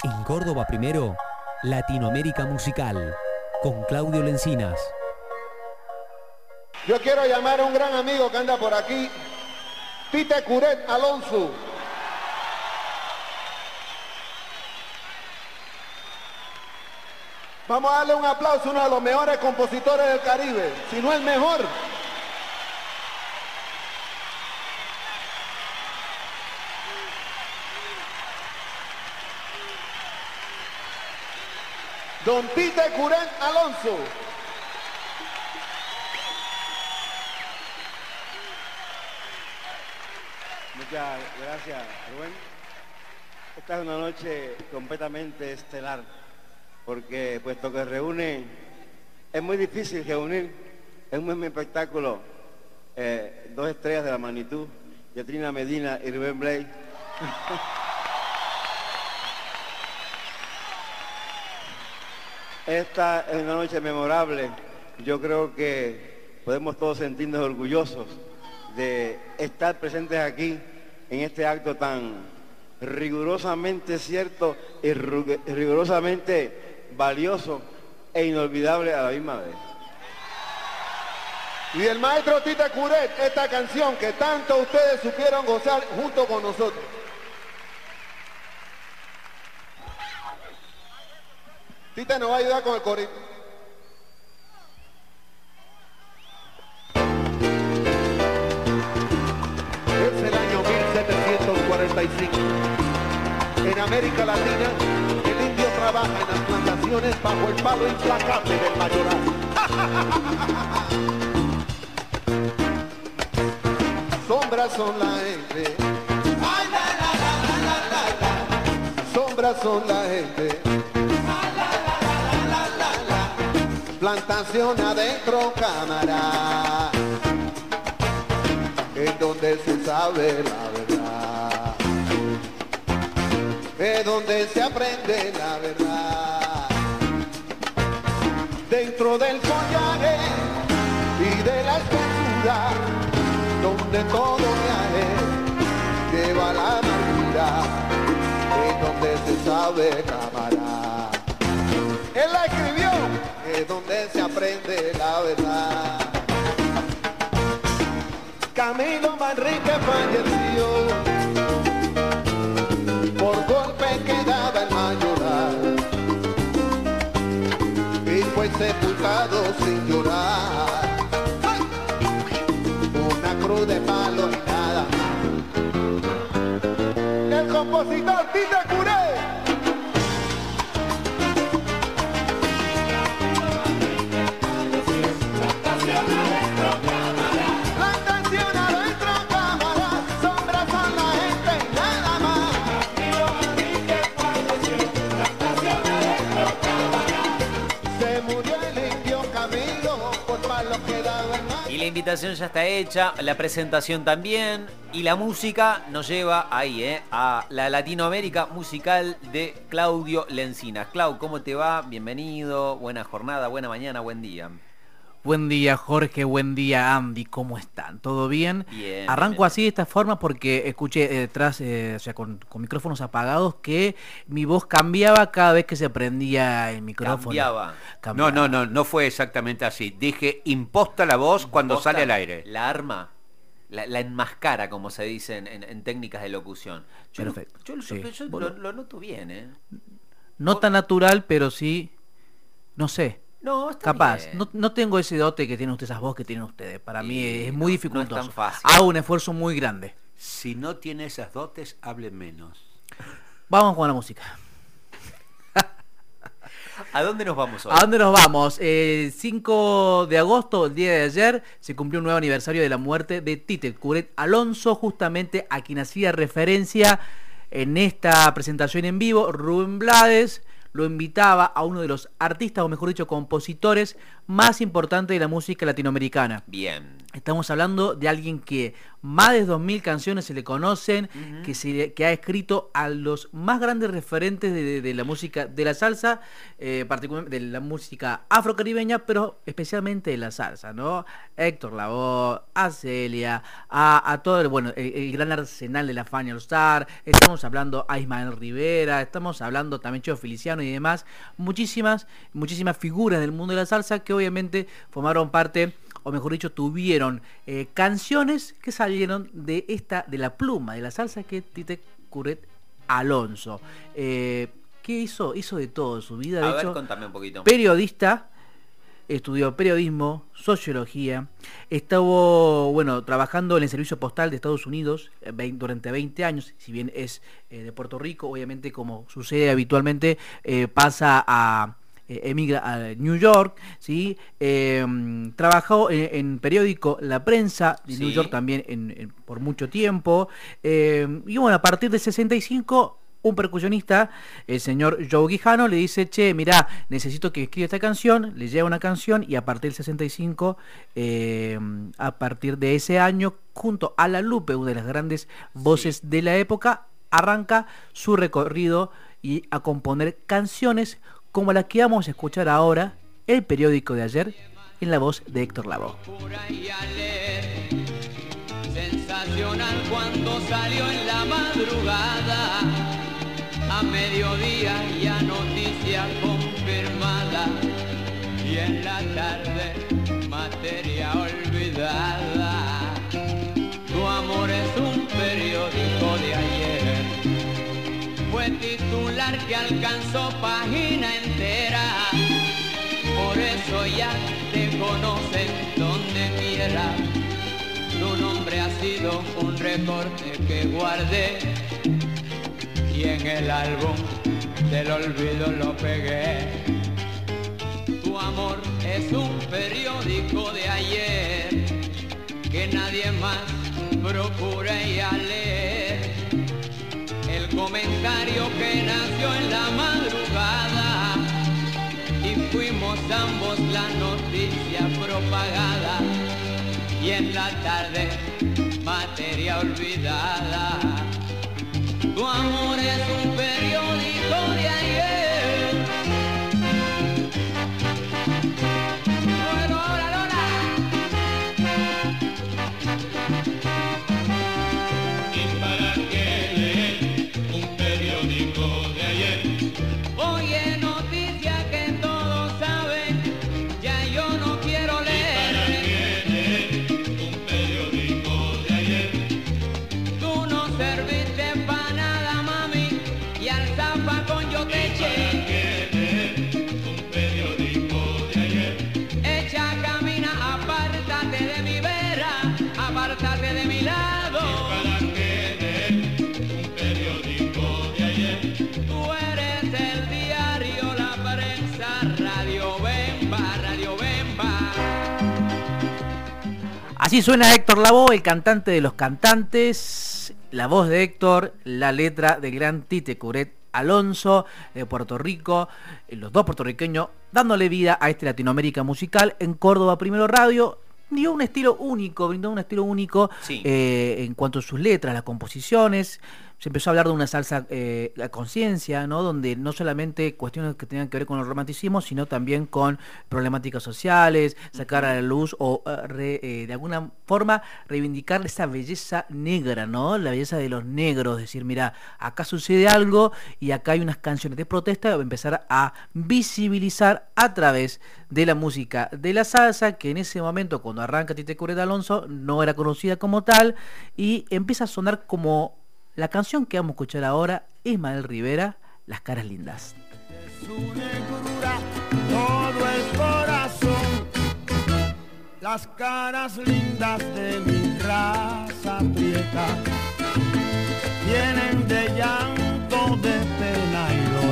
En Córdoba Primero, Latinoamérica Musical, con Claudio Lencinas. Yo quiero llamar a un gran amigo que anda por aquí, Tite Curet Alonso. Vamos a darle un aplauso a uno de los mejores compositores del Caribe, si no el mejor. Don Tite Curet Alonso. Muchas gracias, Rubén. Esta es una noche completamente estelar, porque puesto que reúne, es muy difícil reunir en un mismo espectáculo dos estrellas de la magnitud, Yatrina Medina y Rubén Blades. Esta es una noche memorable. Yo creo que podemos todos sentirnos orgullosos de estar presentes aquí en este acto tan rigurosamente cierto y rigurosamente valioso e inolvidable a la misma vez. Y el maestro Tite Curet, esta canción que tanto ustedes supieron gozar junto con nosotros. Tite nos va a ayudar con el corito. Es el año 1745. En América Latina, el indio trabaja en las plantaciones bajo el palo implacable del mayoral. Sombras son la gente. Ay, la, la, la, la, la, la. Sombras son la gente. Plantación adentro, cámara, es donde se sabe la verdad, es donde se aprende la verdad. Dentro del follaje y de la espesura, donde todo viaje lleva la amargura, es donde se sabe cámara. Él la escribió, es donde se aprende la verdad. Camilo Manrique falleció por golpe que daba el mayoral y fue sepultado sin llorar. Una cruz de palo y nada más. El compositor Tite Curet. La invitación ya está hecha, la presentación también y la música nos lleva ahí, a la Latinoamérica Musical de Claudio Lencinas. Clau, ¿cómo te va? Bienvenido, buena jornada, buena mañana, buen día. Buen día, Jorge, buen día, Andy, ¿cómo están? ¿Todo bien? Bien. Arranco bien. Así de esta forma porque escuché detrás, con micrófonos apagados, que mi voz cambiaba cada vez que se prendía el micrófono. Cambiaba. No fue exactamente así. Dije, imposta la voz cuando sale al aire. La arma, la enmascara, como se dice en técnicas de locución. Perfecto. Yo lo noto bien, No tan natural, pero sí, no sé. No, está capaz, bien. no tengo ese dote que tienen ustedes, esas voz que tienen ustedes. Para mí es muy dificultoso. No es tan fácil. Hago un esfuerzo muy grande. Si no tiene esas dotes, hable menos. Vamos con la música. ¿A dónde nos vamos hoy? ¿A dónde nos vamos? 5 de agosto, el día de ayer, se cumplió un nuevo aniversario de la muerte de Tite Curet Alonso, justamente a quien hacía referencia en esta presentación en vivo. Rubén Blades lo invitaba a uno de los artistas, o mejor dicho, compositores más importantes de la música latinoamericana. Bien. Estamos hablando de alguien que más de 2000 canciones se le conocen, que ha escrito a los más grandes referentes de la música, de la salsa, particularmente de la música afrocaribeña, pero especialmente de la salsa, ¿no? Héctor Lavoe, a Celia, a todo el gran arsenal de la Fania All Star, estamos hablando a Ismael Rivera, estamos hablando también Cheo Feliciano y demás, muchísimas figuras del mundo de la salsa que obviamente formaron parte, o mejor dicho, tuvieron canciones que salieron de la pluma de la salsa, que es Tite Curet Alonso. ¿Qué hizo? Hizo de todo en su vida. De hecho, contame un poquito. Periodista, estudió periodismo, sociología, estuvo trabajando en el servicio postal de Estados Unidos durante 20 años, si bien es de Puerto Rico, obviamente, como sucede habitualmente, emigra a New York, ¿sí? Trabajó en periódico La Prensa de New York también por mucho tiempo, y bueno, a partir del 65 un percusionista, el señor Joe Guijano, le dice: che, mirá, necesito que escriba esta canción. Le lleva una canción y a partir del 65, a partir de ese año, junto a La Lupe, una de las grandes voces de la época, arranca su recorrido y a componer canciones como la que vamos a escuchar ahora, El periódico de ayer, en la voz de Héctor Lavoe. Sensacional cuando salió en la madrugada, a mediodía ya noticia confirmada, y en la tarde materia olvidada. Tu amor es un periódico de ayer, fue titular que alcanzó página entera, por eso ya te conocen donde quiera. Tu nombre ha sido un recorte que guardé y en el álbum del olvido lo pegué. Tu amor es un periódico de ayer que nadie más procura ir a leer. El comentario que nació en la madrugada y fuimos ambos la noticia propagada, y en la tarde materia olvidada. Tu amor es un periódico de ayer. Bueno, hola, Lola. ¿Y para qué leer un periódico de ayer? Oye, noticia que todos saben, ya yo no quiero leer. ¿Para qué leer un periódico de ayer? Tú no serviste para nada, mami, y al zafacón yo te ¿Para eché. qué leer un periódico de ayer? Echa, camina, apártate de mi vera, apártate de mi lado. ¿Para qué leer un periódico de ayer? Tú eres el diario, la prensa, Radio Bemba, Radio Bemba. Así suena Héctor Lavoe, el cantante de los cantantes, la voz de Héctor, la letra del gran Tite Curet Alonso de Puerto Rico, los dos puertorriqueños dándole vida a este Latinoamérica musical en Córdoba Primero Radio. Brindó un estilo único Sí. En cuanto a sus letras, las composiciones. Se empezó a hablar de una salsa a conciencia, ¿no? Donde no solamente cuestiones que tenían que ver con el romanticismo, sino también con problemáticas sociales, sacar a la luz o de alguna forma reivindicar esa belleza negra, ¿no? La belleza de los negros, decir, mira, acá sucede algo y acá hay unas canciones de protesta, empezar a visibilizar a través de la música de la salsa, que en ese momento, cuando arranca Tite Curet Alonso, no era conocida como tal, y empieza a sonar como la canción que vamos a escuchar ahora, Ismael Rivera, Las caras lindas. Su negrura, todo el corazón, las caras lindas de mi raza prieta, vienen de llanto, de pena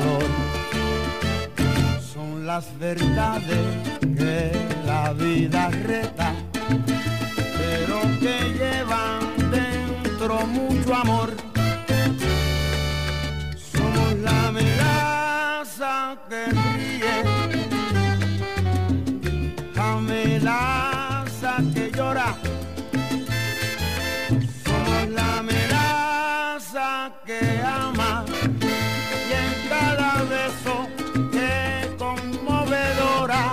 y dolor, son las verdades que la vida reta, pero que llevan dentro mucho amor. Somos la melaza que ríe mirada que ama y en cada beso que es conmovedora.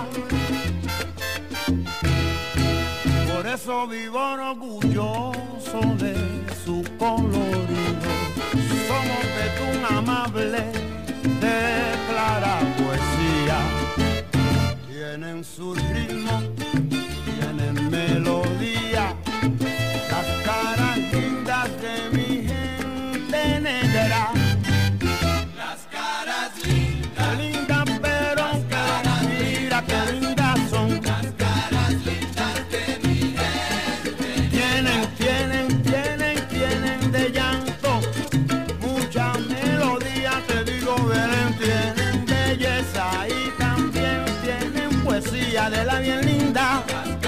Por eso vivo orgulloso de su colorido. Somos de tu amable, de clara poesía. Tienen su ritmo, tienen melodía, las caras lindas de mi gente negra. Las caras lindas, Lindas pero mira qué lindas son. las caras lindas de mi gente. Tienen de llanto mucha melodía, te digo, Belén, tienen belleza y también tienen poesía de la bien linda.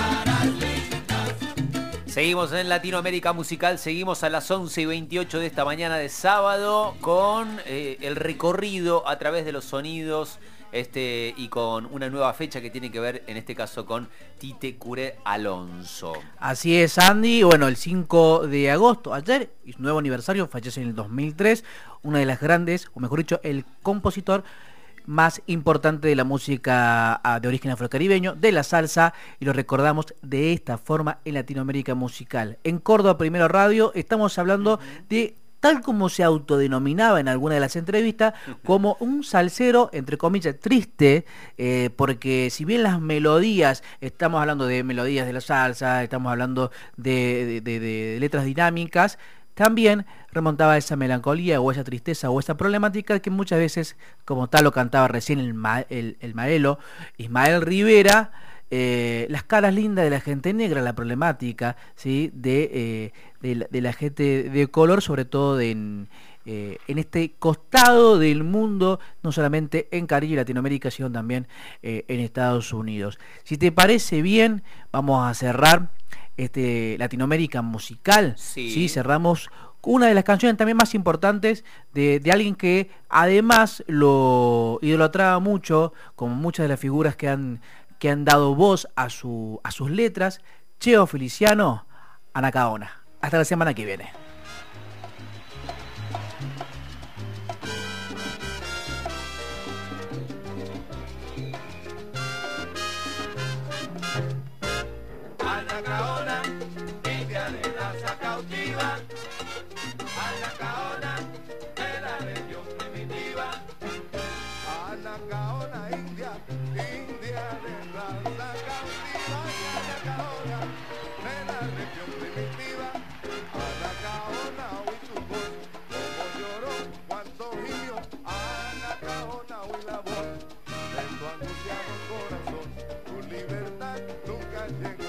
Seguimos en Latinoamérica Musical, seguimos a las 11:28 de esta mañana de sábado con el recorrido a través de los sonidos y con una nueva fecha que tiene que ver en este caso con Tite Curet Alonso. Así es, Andy. Bueno, el 5 de agosto, ayer, nuevo aniversario, fallece en el 2003, una de las grandes, o mejor dicho, el compositor más importante de la música de origen afrocaribeño, de la salsa, y lo recordamos de esta forma en Latinoamérica Musical. En Córdoba Primero Radio estamos hablando de, tal como se autodenominaba en alguna de las entrevistas, como un salsero, entre comillas, triste, porque si bien las melodías, estamos hablando de melodías de la salsa, estamos hablando de letras dinámicas, también remontaba a esa melancolía o esa tristeza o esa problemática que muchas veces, como tal lo cantaba recién el maelo Ismael Rivera, las caras lindas de la gente negra, la problemática, ¿sí? de la gente de color, sobre todo en este costado del mundo, no solamente en Caribe y Latinoamérica, sino también en Estados Unidos. Si te parece bien, vamos a cerrar Latinoamérica Musical. Sí, cerramos una de las canciones también más importantes de alguien que además lo idolatraba mucho, como muchas de las figuras que han dado voz a sus letras, Cheo Feliciano, Anacaona. Hasta la semana que viene. Anacaona, india de raza cautiva. Anacaona, de la región primitiva. Anacaona, india de raza cautiva. Anacaona, de la región primitiva. Anacaona, oí tu voz, como lloró, cuánto gimió. Anacaona, oí la voz de tu angustiado corazón. Tu libertad nunca llegó.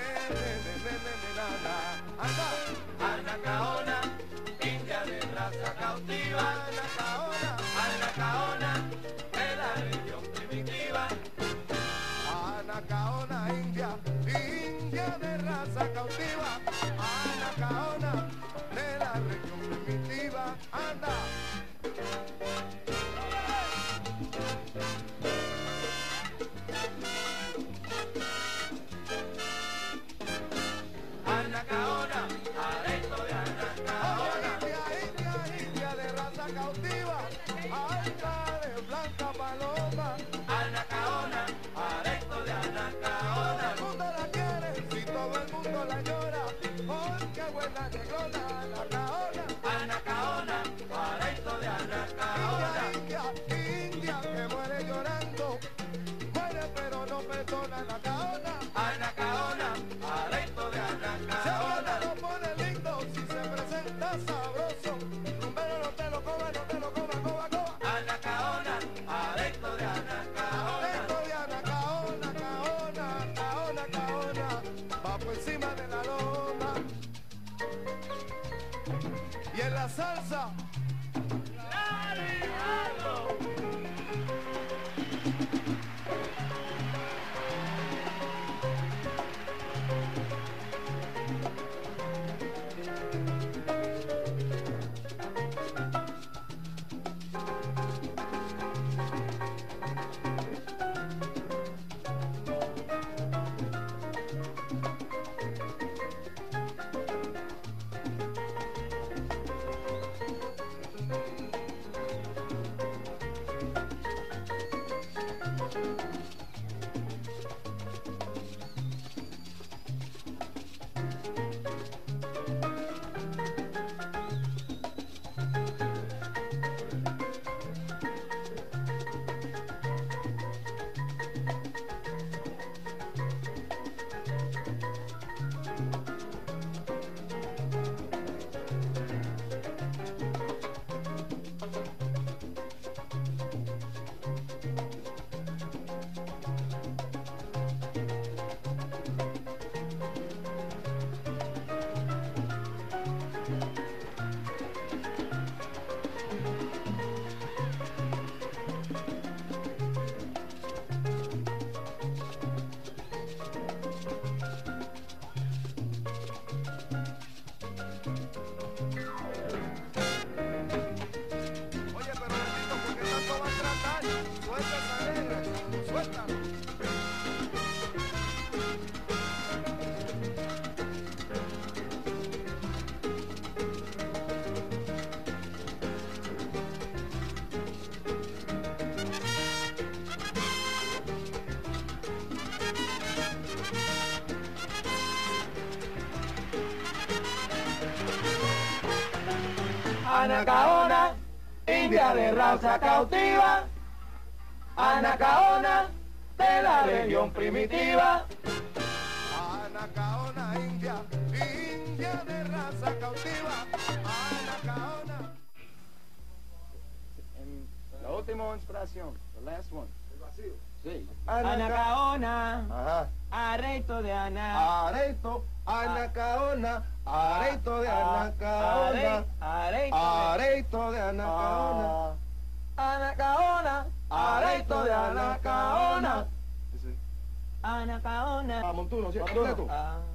Anacaona, india de raza cautiva. Anacaona, de la región primitiva. Anacaona, india de raza cautiva. Anacaona, de la región primitiva. Anda. Anacaona, aresto de Anacaona. India de raza cautiva. Alta de blanca paloma. Anacaona, aresto de Anacaona. Todo el mundo la quiere, si todo el mundo la llora. Porque buena negrona, Anacaona. Anacaona, aresto de Anacaona. India que muere llorando. Muere pero no perdona, Anacaona. Anacaona, aresto de Se Anacaona. lo pone lindo si se presenta sabroso. Rumbero no te lo coma, coba. Anacaona, aresto de Anacaona. Esto de Anacaona, Caona. Va por encima de la loma. Y en la salsa. Anacaona, india de raza cautiva, Anacaona de la región primitiva. Anacaona, india de raza cautiva, Anacaona. La última inspiración, the last one. El vacío. Sí. Anacaona, ajá. Areito de Ana. Areito, Anacaona, areito de Anacaona. Areito de Anacaona. Anacaona, areito de Anacaona. Anacaona. Montuno, ¿sí? Completo.